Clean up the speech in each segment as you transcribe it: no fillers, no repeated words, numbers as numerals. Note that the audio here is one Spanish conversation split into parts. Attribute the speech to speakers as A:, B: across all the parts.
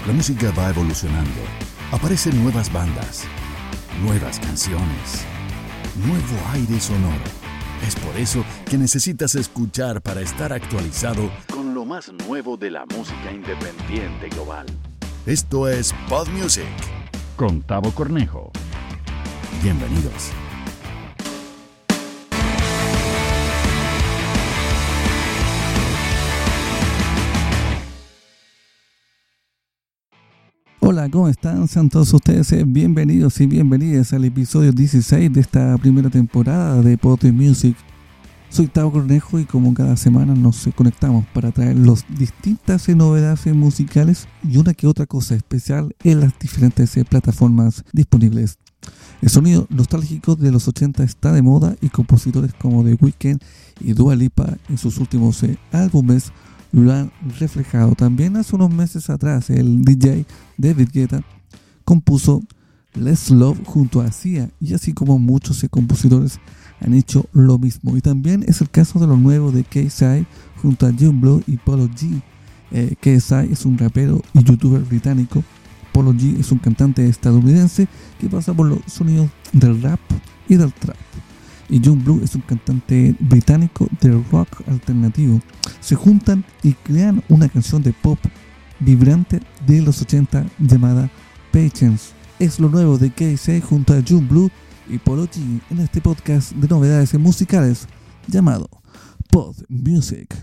A: La música va evolucionando. Aparecen nuevas bandas, nuevas canciones, nuevo aire sonoro. Es por eso que necesitas escuchar para estar actualizado con lo más nuevo de la música independiente global. Esto es Pod Music con Tavo Cornejo. Bienvenidos.
B: Hola, ¿cómo están? Sean todos ustedes bienvenidos y bienvenidas al episodio 16 de esta primera temporada de Pod Music. Soy Tavo Cornejo y como cada semana nos conectamos para traer las distintas novedades musicales y una que otra cosa especial en las diferentes plataformas disponibles. El sonido nostálgico de los 80 está de moda y compositores como The Weeknd y Dua Lipa en sus últimos álbumes lo han reflejado. También hace unos meses atrás el DJ David Guetta compuso Let's Love junto a Sia, y así como muchos compositores han hecho lo mismo. Y también es el caso de lo nuevo de KSI junto a Youngblood y Polo G. KSI es un rapero y youtuber británico. Polo G es un cantante estadounidense que pasa por los sonidos del rap y del trap. Y Youngblood es un cantante británico de rock alternativo. Se juntan y crean una canción de pop vibrante de los 80 llamada Patience. Es lo nuevo de KSI junto a Youngblood y Polo G en este podcast de novedades musicales llamado Pod Music.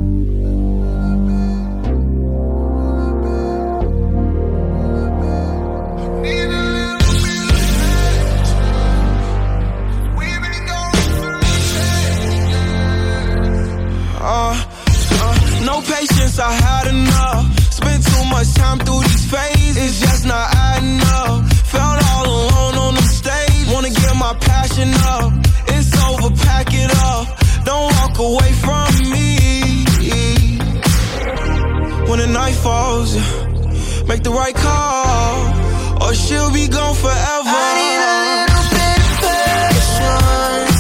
C: No patience, I had enough. Spent too much time through these phases, it's just not adding up. Felt all alone on the stage, wanna get my passion up. It's over, pack it up, don't walk away from me. When the night falls, make the right call, or she'll be gone forever. I need a little bit of patience.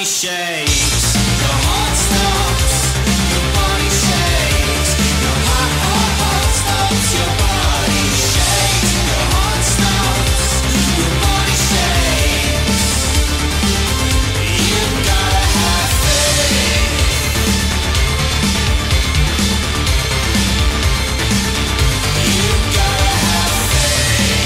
C: body shakes, your heart stops, your body shakes, your heart stops, your body shakes, your heart stops, your body shakes. You gotta have faith. You gotta have faith.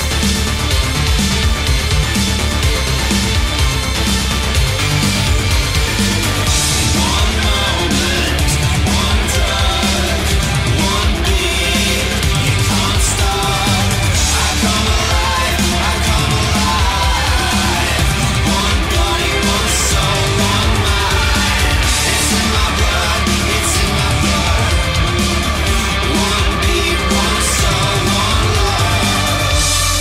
C: One moment, one drug, one beat, you can't stop. I come alive, I come alive. One body, one soul, one mind. It's in my blood, it's in my blood. One beat, one soul, one love.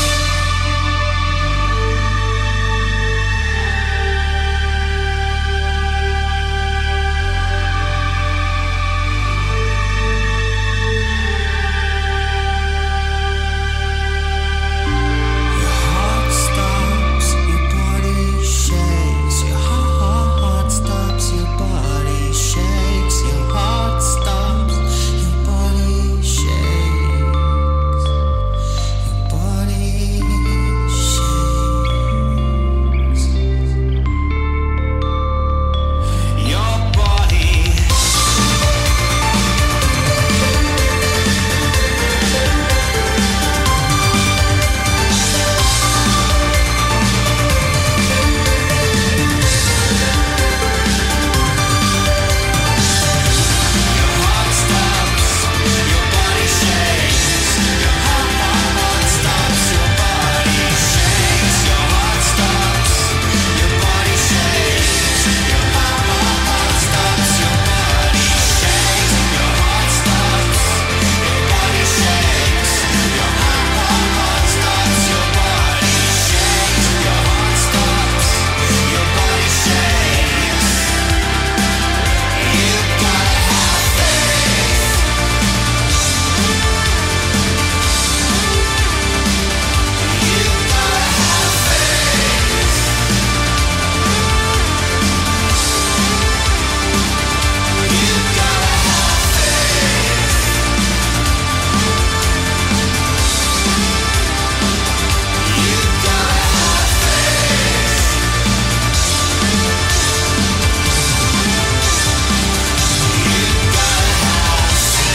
C: Your heart stops, your body shakes. Your heart stops, your body shakes. Your heart stops, your body shakes. Your body shakes. Your body. Your heart stops, your body shakes. Your heart stops, your body shakes. Your heart stops, your body shakes. Your heart stops, your body shakes. Your heart stops, your body shakes. Your heart stops, your body shakes. Your heart stops, your body shakes. You gotta have faith. You gotta have faith. You gotta have faith. You gotta have faith. You gotta have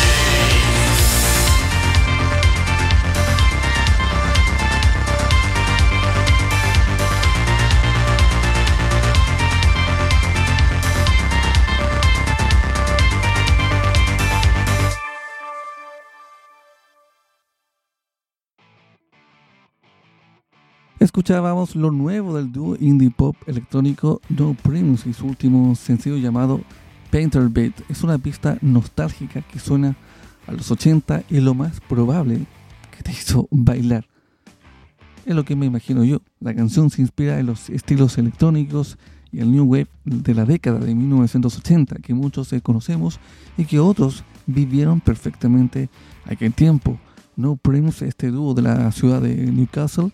B: Escuchábamos lo nuevo del dúo indie pop electrónico No Primus y su último sencillo llamado Painter Beat. Es una pista nostálgica que suena a los 80 y lo más probable que te hizo bailar. Es lo que me imagino yo. La canción se inspira en los estilos electrónicos y el New Wave de la década de 1980 que muchos conocemos y que otros vivieron perfectamente aquel tiempo. No Primus, este dúo de la ciudad de Newcastle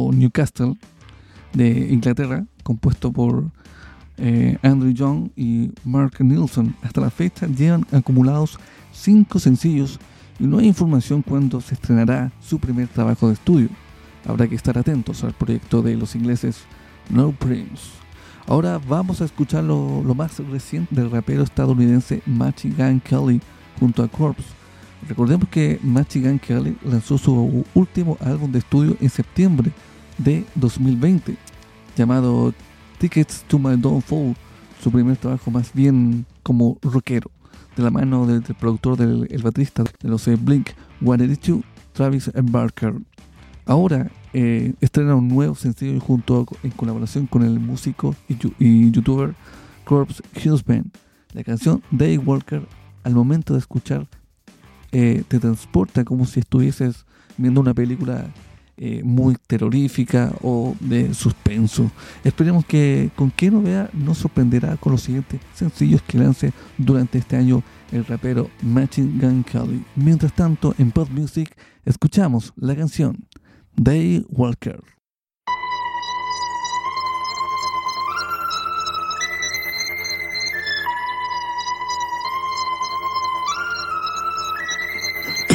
B: de Inglaterra, compuesto por Andrew Young y Mark Nilsson. Hasta la fecha llevan acumulados 5 sencillos y no hay información cuándo se estrenará su primer trabajo de estudio. Habrá que estar atentos al proyecto de los ingleses No Primus. Ahora vamos a escuchar lo más reciente del rapero estadounidense Machine Gun Kelly junto a Corpse. Recordemos que Machine Gun Kelly lanzó su último álbum de estudio en septiembre de 2020, llamado Tickets to My Downfall, su primer trabajo más bien como rockero, de la mano del productor, el baterista de los Blink-182, Travis Barker. Ahora estrena un nuevo sencillo en colaboración con el músico y youtuber Corpse Husband. La canción Daywalker, al momento de escuchar, te transporta como si estuvieses viendo una película muy terrorífica o de suspenso. Esperemos que con qué novedad nos sorprenderá con los siguientes sencillos que lance durante este año el rapero Machine Gun Kelly. Mientras tanto, en Pop Music escuchamos la canción Daywalker.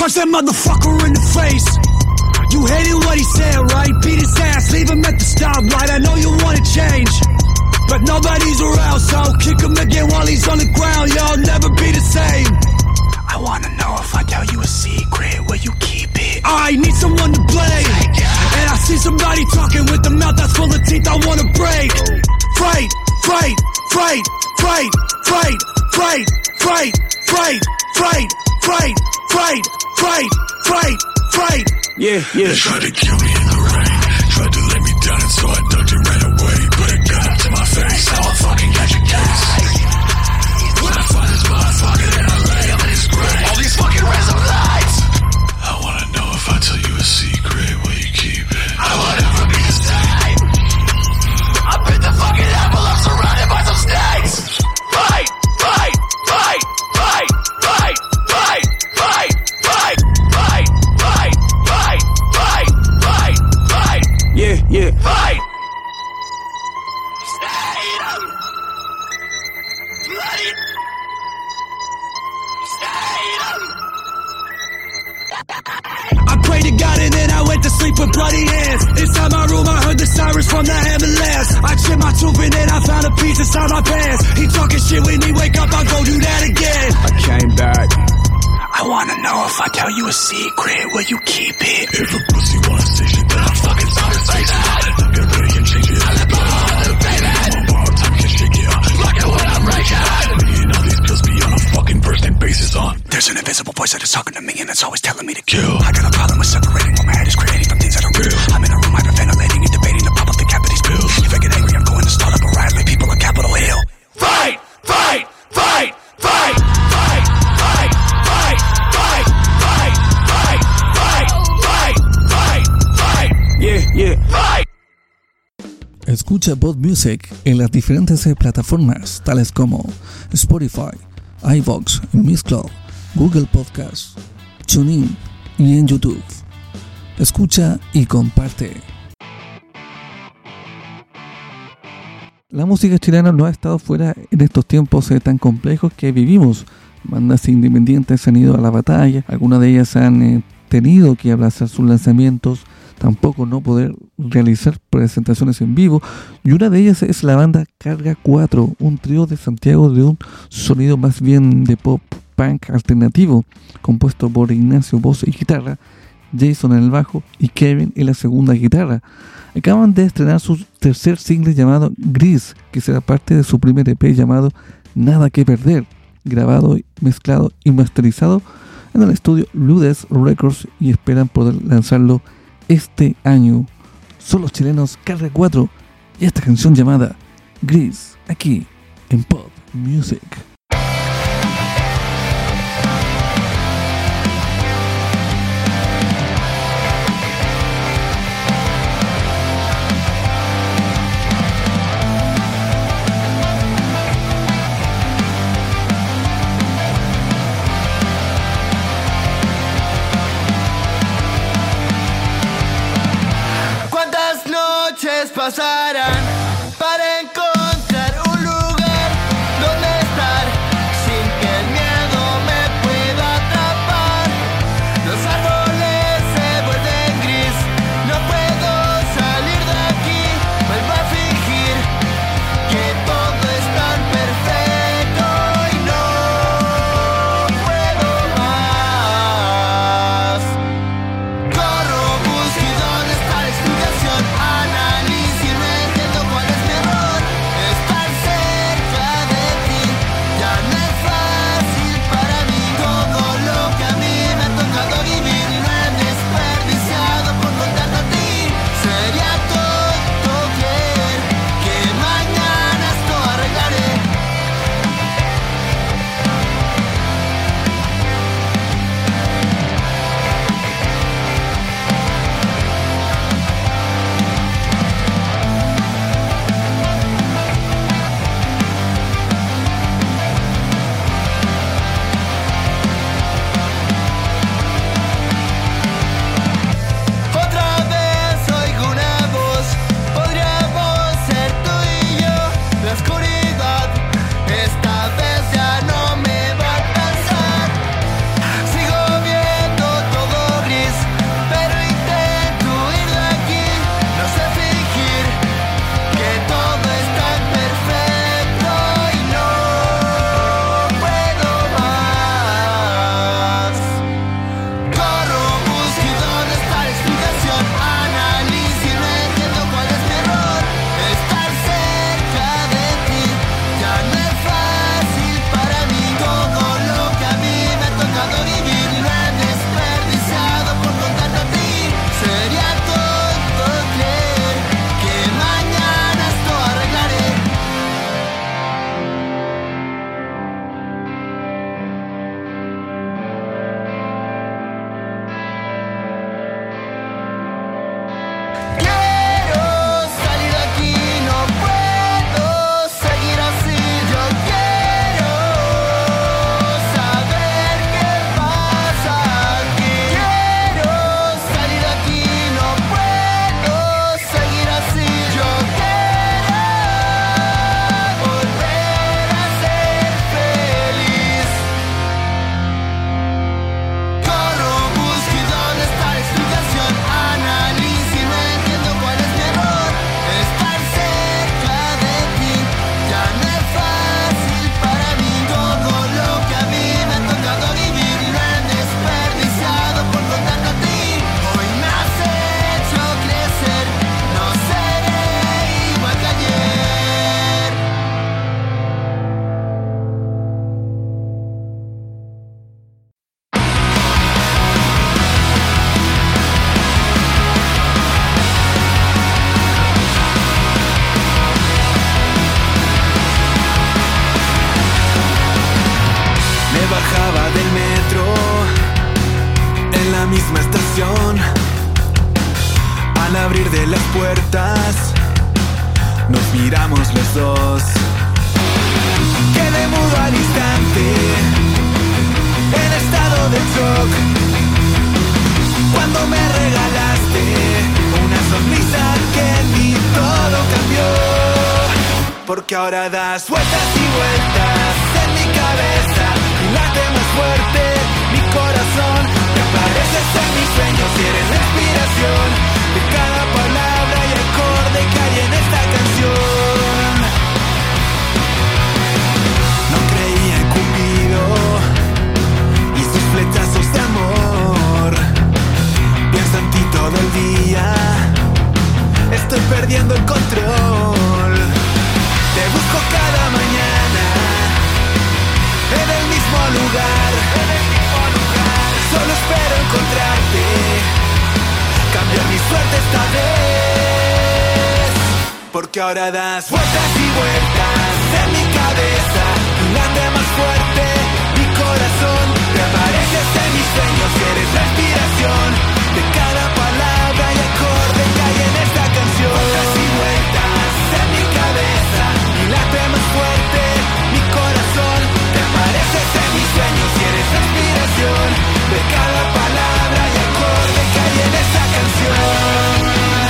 C: Punch that motherfucker in the face. You hated what he said, right? Beat his ass, leave him at the stoplight. I know you wanna change, but nobody's around, so kick him again while he's on the ground. Y'all never be the same. I wanna know if I tell you a secret, will you keep it? I need someone to blame, and I see somebody talking with a mouth that's full of teeth I wanna break. Fight, fight, fight, fight, fight, fight, fight, fight, fight, fight, fight, fight, fight, fight. Yeah. They tried to kill me in the rain, tried to lay me down, and so I ducked and ran away. Put a gun up to my face, I'll fucking catch a case. When I find this motherfucker, then I lay him in his grave. All these fucking random lies. I wanna know if I tell you a secret, will you keep it? I will never be the same. I bit the fucking apple, I'm surrounded by some snakes. Fight, fight, fight, fight, fight, fight, fight, fight, fight, fight, fight, fight, fight, fight. Yeah. Fight. I prayed to God and then I went to sleep with bloody hands. Inside my room I heard the sirens from the ambulance. I chipped my tooth and then I found a piece inside my pants. He talking shit when he wake up, I'll go do that again. I came back. I wanna know if I tell you a secret, will you keep it? If a pussy wanna say shit, then I'll fucking start to say that. Get ready and change it. I'll blow on the baby. One more time, can shake it up. Like it when I'm breaking. Me and all these pills be on a fucking first name basis on. There's an invisible voice that is talking to me and it's always telling me to kill. I got a problem with separating what my head is creating from things that are real. I'm in a room hyperventilating and debating the pop of the cap of these pills. If I get angry, I'm going to start up a riot like people on Capitol Hill. Fight! Fight! Fight! Fight! Fight! Fight! Fight! Fight! Fight! Fight! Fight! Fight! Fight! Fight! Yeah. Fight!
B: Escucha Pod Music en las diferentes plataformas tales como Spotify, iVoox, Mixcloud, Google Podcasts, TuneIn y en YouTube. Escucha y comparte. La música chilena no ha estado fuera en estos tiempos tan complejos que vivimos. Bandas independientes han ido a la batalla, algunas de ellas han tenido que aplazar sus lanzamientos, tampoco no poder realizar presentaciones en vivo, y una de ellas es la banda Carga 4, un trío de Santiago de un sonido más bien de pop punk alternativo, compuesto por Ignacio voz y guitarra, Jason en el bajo y Kevin en la segunda guitarra. Acaban de estrenar su tercer single llamado Gris, que será parte de su primer EP llamado Nada que Perder, grabado, mezclado y masterizado en el estudio Ludes Records, y esperan poder lanzarlo este año. Son los chilenos Carga 4 y esta canción llamada Gris, aquí en Pod Music.
D: Pasarán para encontrar un lugar donde estar sin que el miedo me pueda atrapar. Los árboles se vuelven gris, no puedo salir de aquí. Vuelvo a fingir que todo es tan perfecto y no puedo más. Corro, busco y dónde está la explicación. Analizo y no entiendo
C: de las puertas, nos miramos los dos. Quedé mudo al instante, en estado de shock, cuando me regalaste una sonrisa que en mí todo cambió. Porque ahora das vueltas y vueltas en mi cabeza y late más fuerte mi corazón. Te apareces en mis sueños y eres la inspiración de cada palabra y acorde que hay en esta canción. No creía en Cupido y sus flechazos de amor. Pienso en ti todo el día, estoy perdiendo el control. Te busco cada mañana en el mismo lugar. Solo espero encontrarte, cambiar mi suerte esta vez. Porque ahora das vueltas y vueltas en mi cabeza y late más fuerte mi corazón. Te apareces en mis sueños y eres la inspiración de cada palabra y acorde que hay en esta canción. Vueltas y vueltas en mi cabeza y late más fuerte mi corazón. Te apareces en mis sueños y eres la inspiración de cada palabra y acorde que hay en esta canción.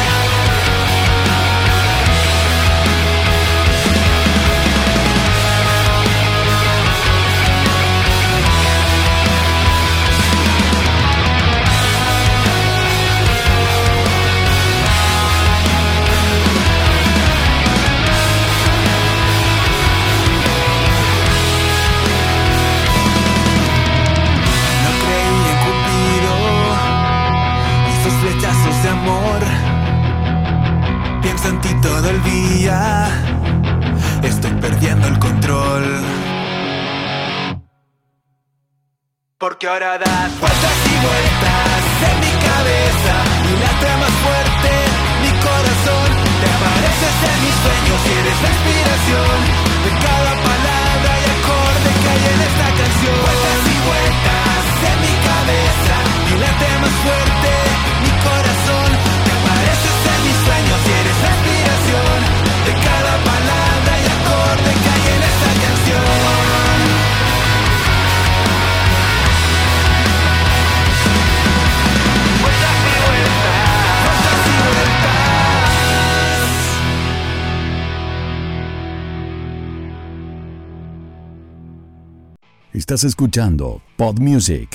C: Flechazos de amor, pienso en ti todo el día, estoy perdiendo el control. Porque ahora das vueltas y vueltas en mi cabeza y late más fuerte mi corazón. Te apareces en mis sueños y eres la inspiración de cada palabra y acorde que hay en esta canción. Vueltas y vueltas en mi cabeza y late más fuerte mi corazón. Te apareces en mis sueños y eres la inspiración de cada palabra y acorde que hay en esta canción. Vueltas y vueltas.
A: Estás escuchando Pod Music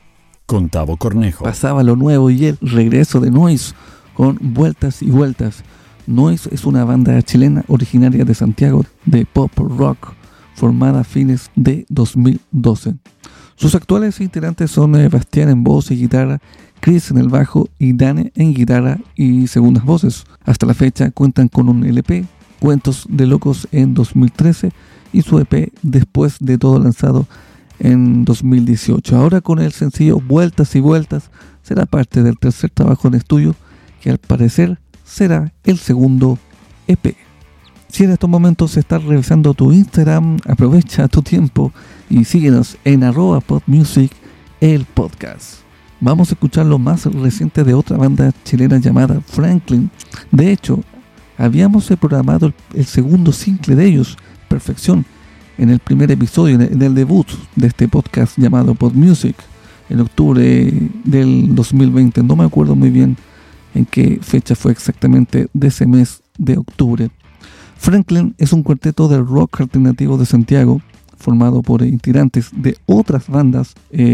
A: con Tavo Cornejo.
B: Pasaba lo nuevo y el regreso de Noise con Vueltas y Vueltas. Noise es una banda chilena originaria de Santiago de pop rock formada a fines de 2012. Sus actuales integrantes son Bastián en voz y guitarra, Chris en el bajo y Dane en guitarra y segundas voces. Hasta la fecha cuentan con un LP, Cuentos de Locos, en 2013 y su EP Después de Todo, lanzado en 2018. Ahora con el sencillo Vueltas y Vueltas será parte del tercer trabajo en estudio, que al parecer será el segundo EP. Si en estos momentos estás revisando tu Instagram, aprovecha tu tiempo y síguenos en @podmusic, el podcast. Vamos a escuchar lo más reciente de otra banda chilena llamada Franklin. De hecho, habíamos programado el segundo single de ellos, Perfección, en el primer episodio, en el debut de este podcast llamado Pod Music, en octubre del 2020. No me acuerdo muy bien en qué fecha fue exactamente de ese mes de octubre. Franklin es un cuarteto de rock alternativo de Santiago, formado por integrantes de otras bandas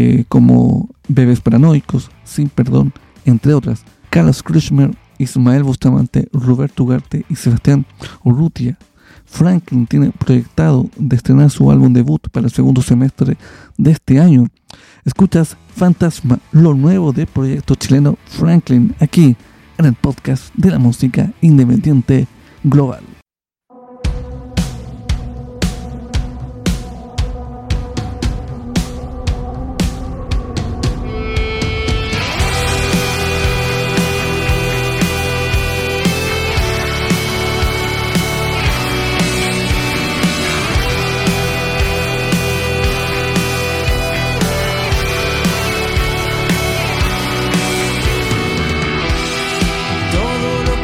B: como Bebés Paranoicos, Sin Perdón, entre otras. Carlos Krishmer, Ismael Bustamante, Roberto Ugarte y Sebastián Urrutia. Franklin tiene proyectado de estrenar su álbum debut para el segundo semestre de este año. Escuchas Fantasma, lo nuevo del proyecto chileno Franklin, aquí en el podcast de la música independiente global.
C: Todo lo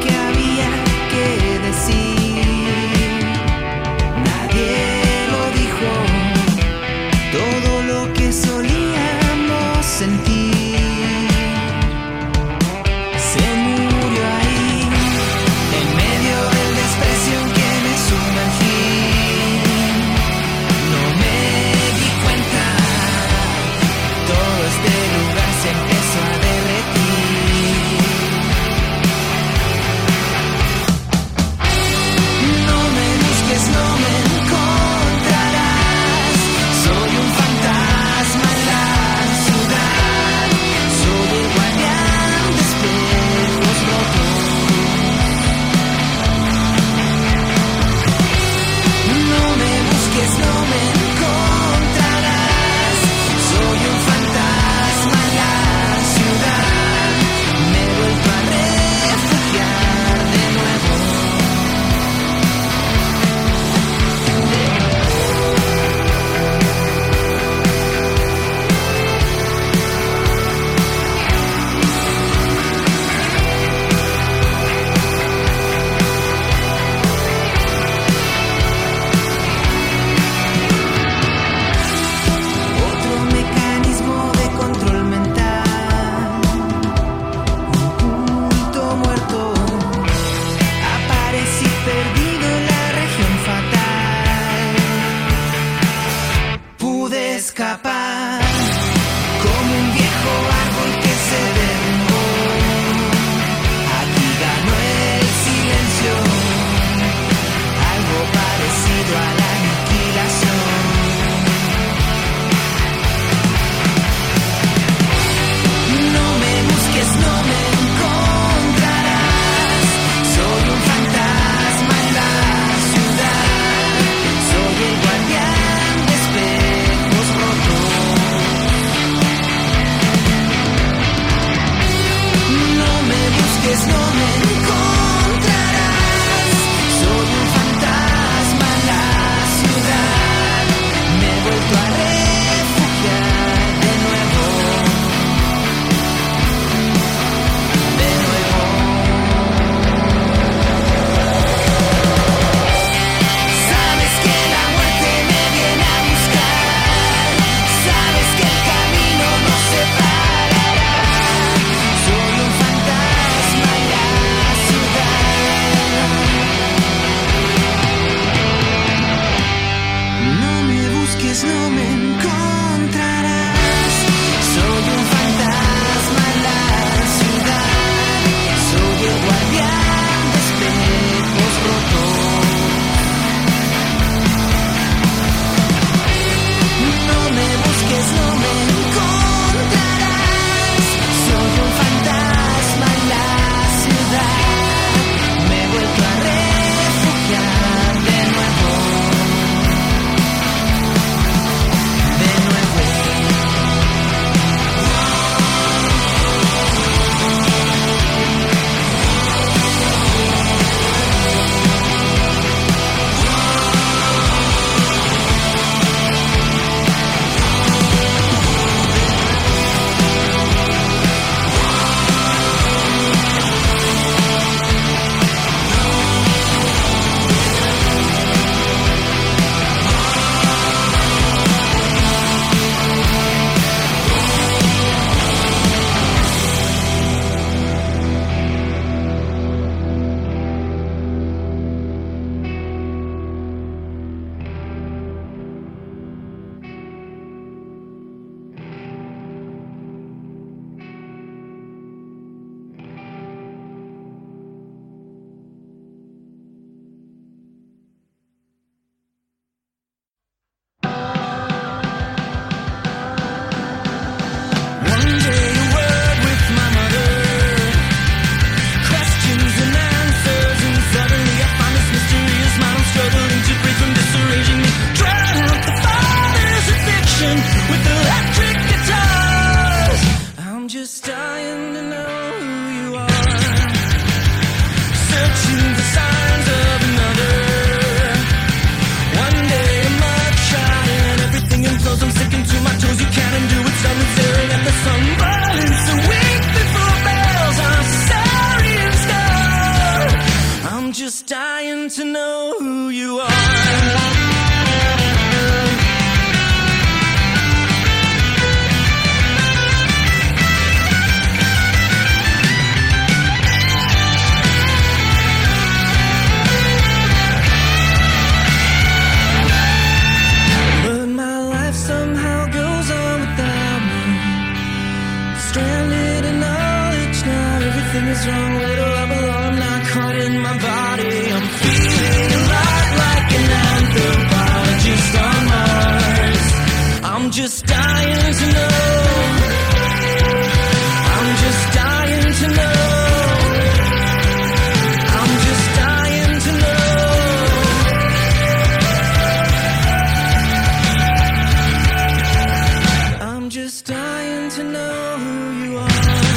C: is wrong, where do I belong? I'm not caught in my body. I'm feeling alive like an anthropologist on Mars. I'm just dying to know. I'm just dying to know. I'm just dying to know. I'm just dying to know who you are.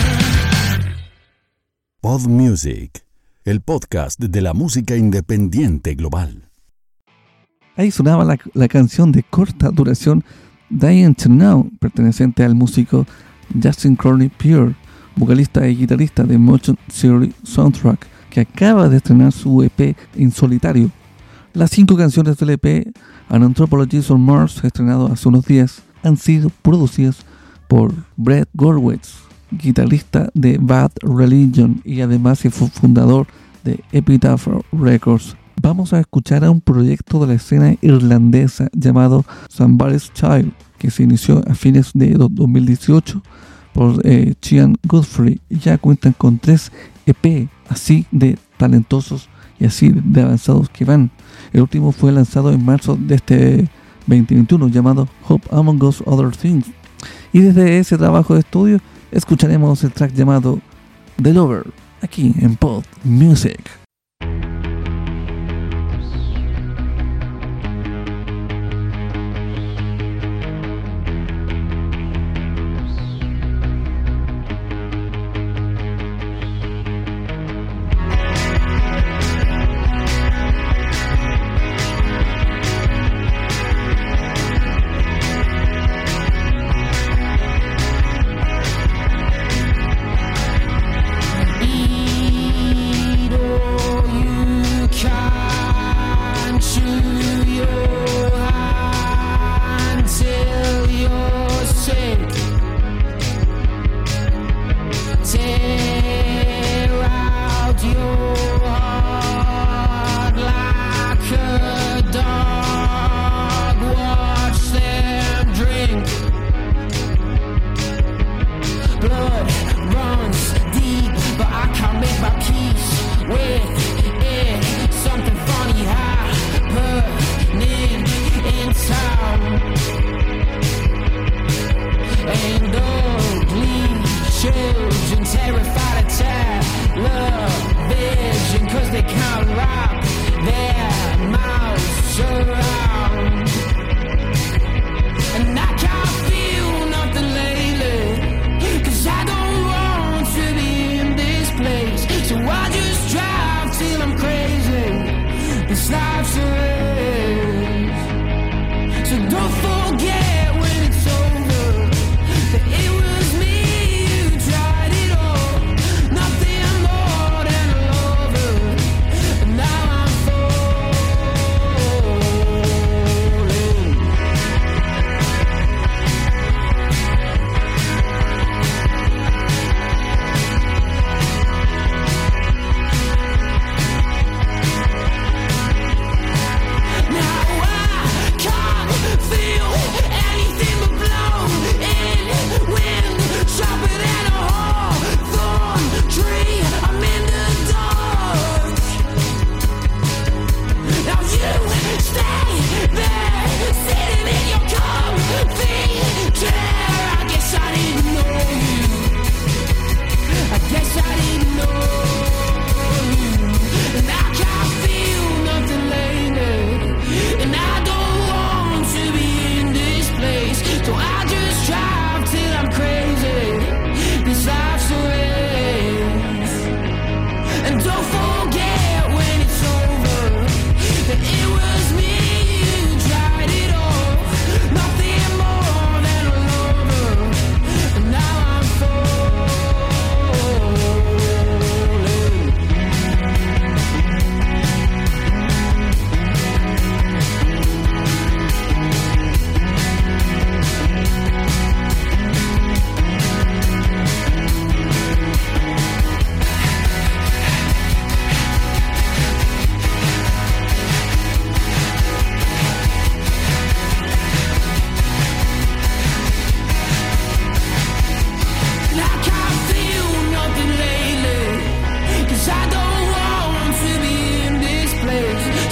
A: Pod Music, el podcast de la música independiente global.
B: Ahí sonaba la canción de corta duración Dying to Know, perteneciente al músico Justin Crowley Pure, vocalista y guitarrista de Motion Theory Soundtrack, que acaba de estrenar su EP en solitario. Las 5 canciones del EP An Anthropologist on Mars, estrenado hace unos días, han sido producidas por Brett Gurewitz, guitarrista de Bad Religion y además fue fundador de Epitaph Records. Vamos a escuchar a un proyecto de la escena irlandesa llamado Somebody's Child, que se inició a fines de 2018 por Cian Godfrey. Ya cuentan con 3 EP, así de talentosos y así de avanzados que van. El último fue lanzado en marzo de este 2021, llamado Hope Among Us Other Things. Y desde ese trabajo de estudio escucharemos el track llamado The Lover, aquí en Pod Music.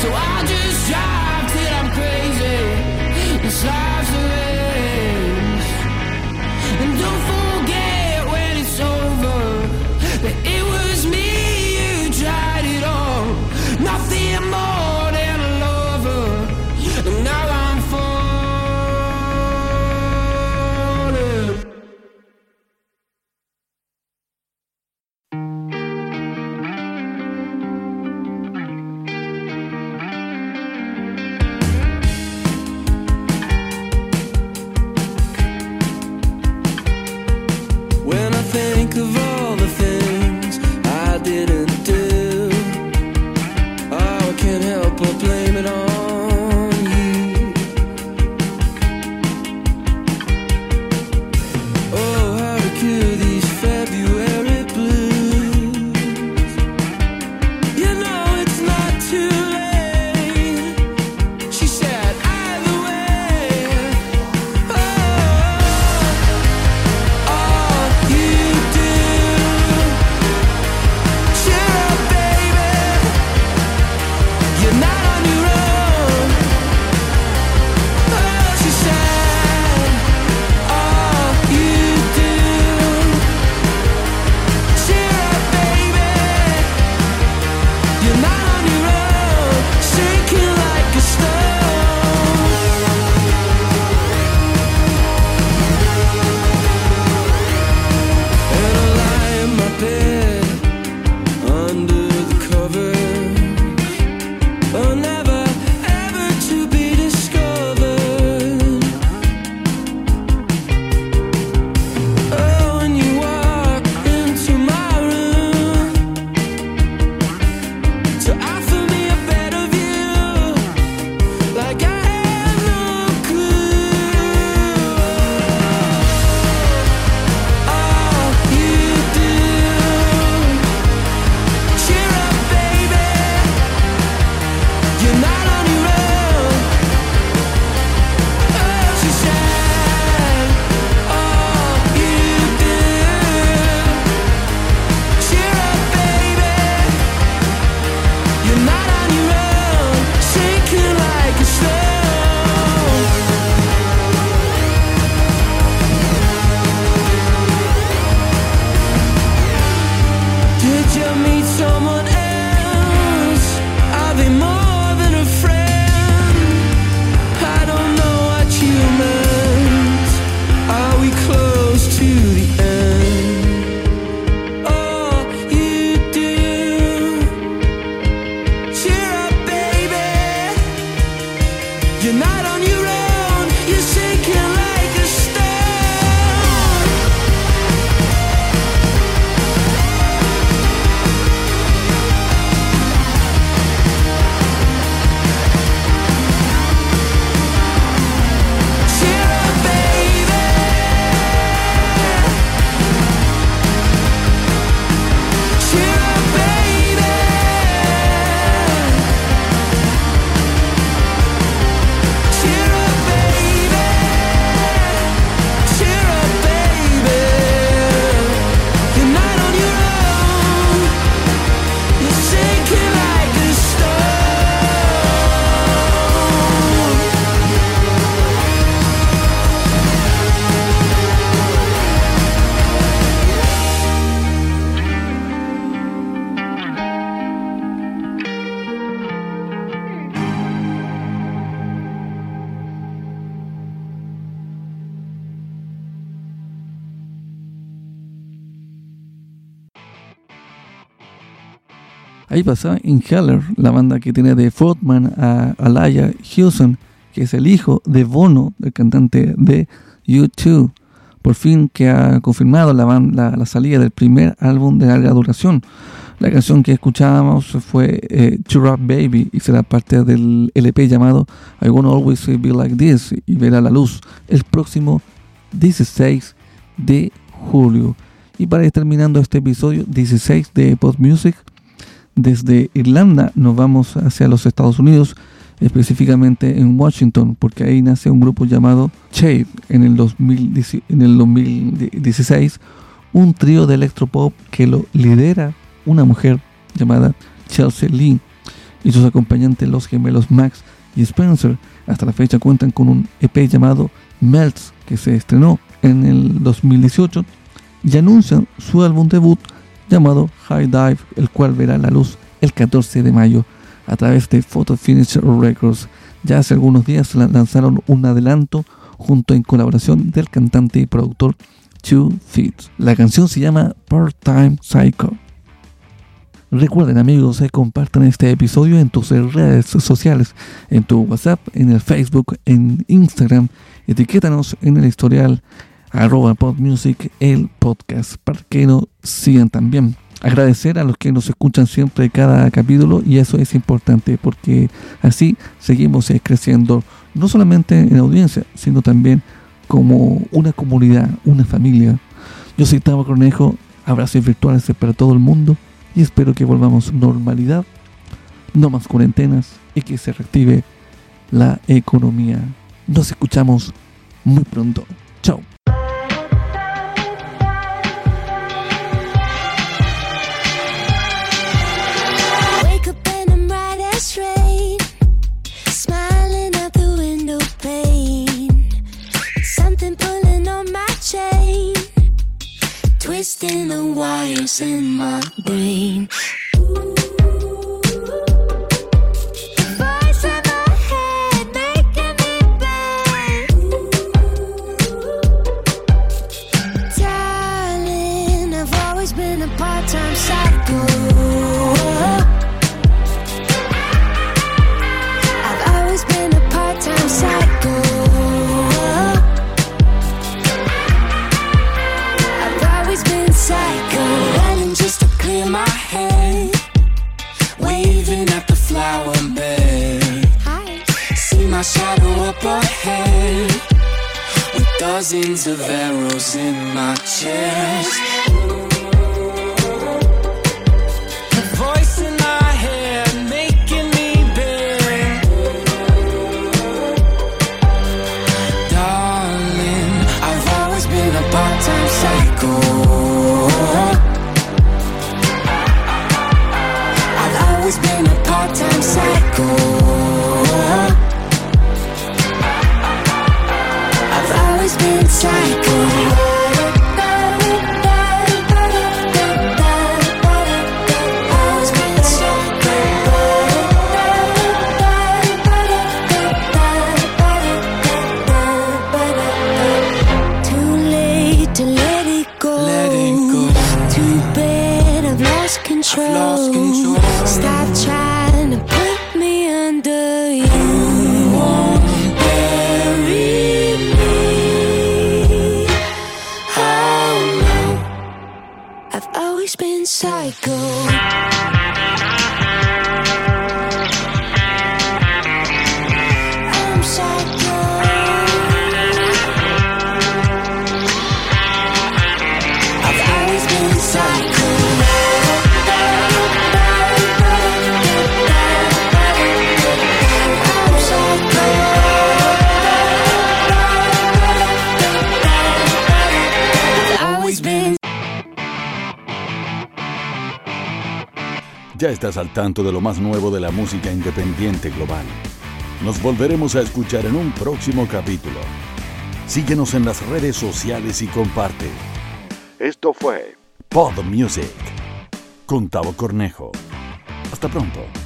C: So I'll just drive till I'm crazy. This life's a race. And don't forget when it's over that it was me who tried it all. Nothing more than a lover. And now I'm falling. When I think of all the things I didn't do, oh, I can't help but blame it on you. Oh, how to cure these February blues. You know it's not too late, she said, either way. All you do, cheer up, baby. You're not on your own. Oh, she said, all you do, cheer up, baby. You're not on your own, shaking like a stone. And I lie in my bed under the covers, oh, never ever to be discovered. Oh, when you walk into my room to offer me a better view, like I had no clue. All you do, cheer up, baby. You're not on your own. Oh, she said, all you do, cheer up, baby. You're not on your own, shaking like a stone. Did you meet someone else? Are they more than a friend? I don't know what you meant. Are we close to the end? All you do, cheer up, baby. You're not on your own. You're shaking like a stone. Cheer up, baby. Cheer up, baby. Cheer up, baby. Cheer up, baby. You're not on your own. You're shaking like a stone.
B: Ahí pasa Inhaler, la banda que tiene de frontman a Elijah Hewson, que es el hijo de Bono, el cantante de U2. Por fin que ha confirmado la salida del primer álbum de larga duración. La canción que escuchábamos fue Cheer Up Baby y será parte del LP llamado I Wanna Always Be Like This y verá la luz el próximo 16 de julio. Y para ir terminando este episodio 16 de Pod Music, desde Irlanda nos vamos hacia los Estados Unidos, específicamente en Washington, porque ahí nace un grupo llamado Shade en el 2016, un trío de electropop que lo lidera una mujer llamada Chelsea Lee. y sus acompañantes, los gemelos Max y Spencer. Hasta la fecha cuentan con un EP llamado Melts, que se estrenó en el 2018, y anuncian su álbum debut llamado High Dive, el cual verá la luz el 14 de mayo a través de Photo Finish Records. Ya hace algunos días lanzaron un adelanto junto en colaboración del cantante y productor 2 Feet. La canción se llama Part-Time Psycho. Recuerden, amigos, compartan este episodio en tus redes sociales, en tu WhatsApp, en el Facebook, en Instagram. Etiquétanos en el historial @podmusic el podcast para que nos sigan también. Agradecer a los que nos escuchan siempre cada capítulo, y eso es importante porque así seguimos creciendo, no solamente en audiencia, sino también como una comunidad, una familia. Yo soy Tavo Cornejo, abrazos virtuales para todo el mundo y espero que volvamos a normalidad, no más cuarentenas y que se reactive la economía. Nos escuchamos muy pronto. Chao.
E: Smiling out the window pane, something pulling on my chain, twisting the wires in my brain. Voice in my head making me bend. Darling, I've always been a part-time psycho. Been a part-time psycho. I've always been psycho. Running just to clear my head, waving at the flower bed. Hi. See my shadow up ahead, with dozens of arrows in my chest. The voice in my head making me bend. Been a part-time psycho. I've always been a part-time psycho. I've always been psycho. I've lost control. Stop trying to put me under. You won't bury me. Oh no, I've always been psycho. I'm psycho. I've always been psycho.
A: Ya estás al tanto de lo más nuevo de la música independiente global. Nos volveremos a escuchar en un próximo capítulo. Síguenos en las redes sociales y comparte. Esto fue Pod Music con Tavo Cornejo. Hasta pronto.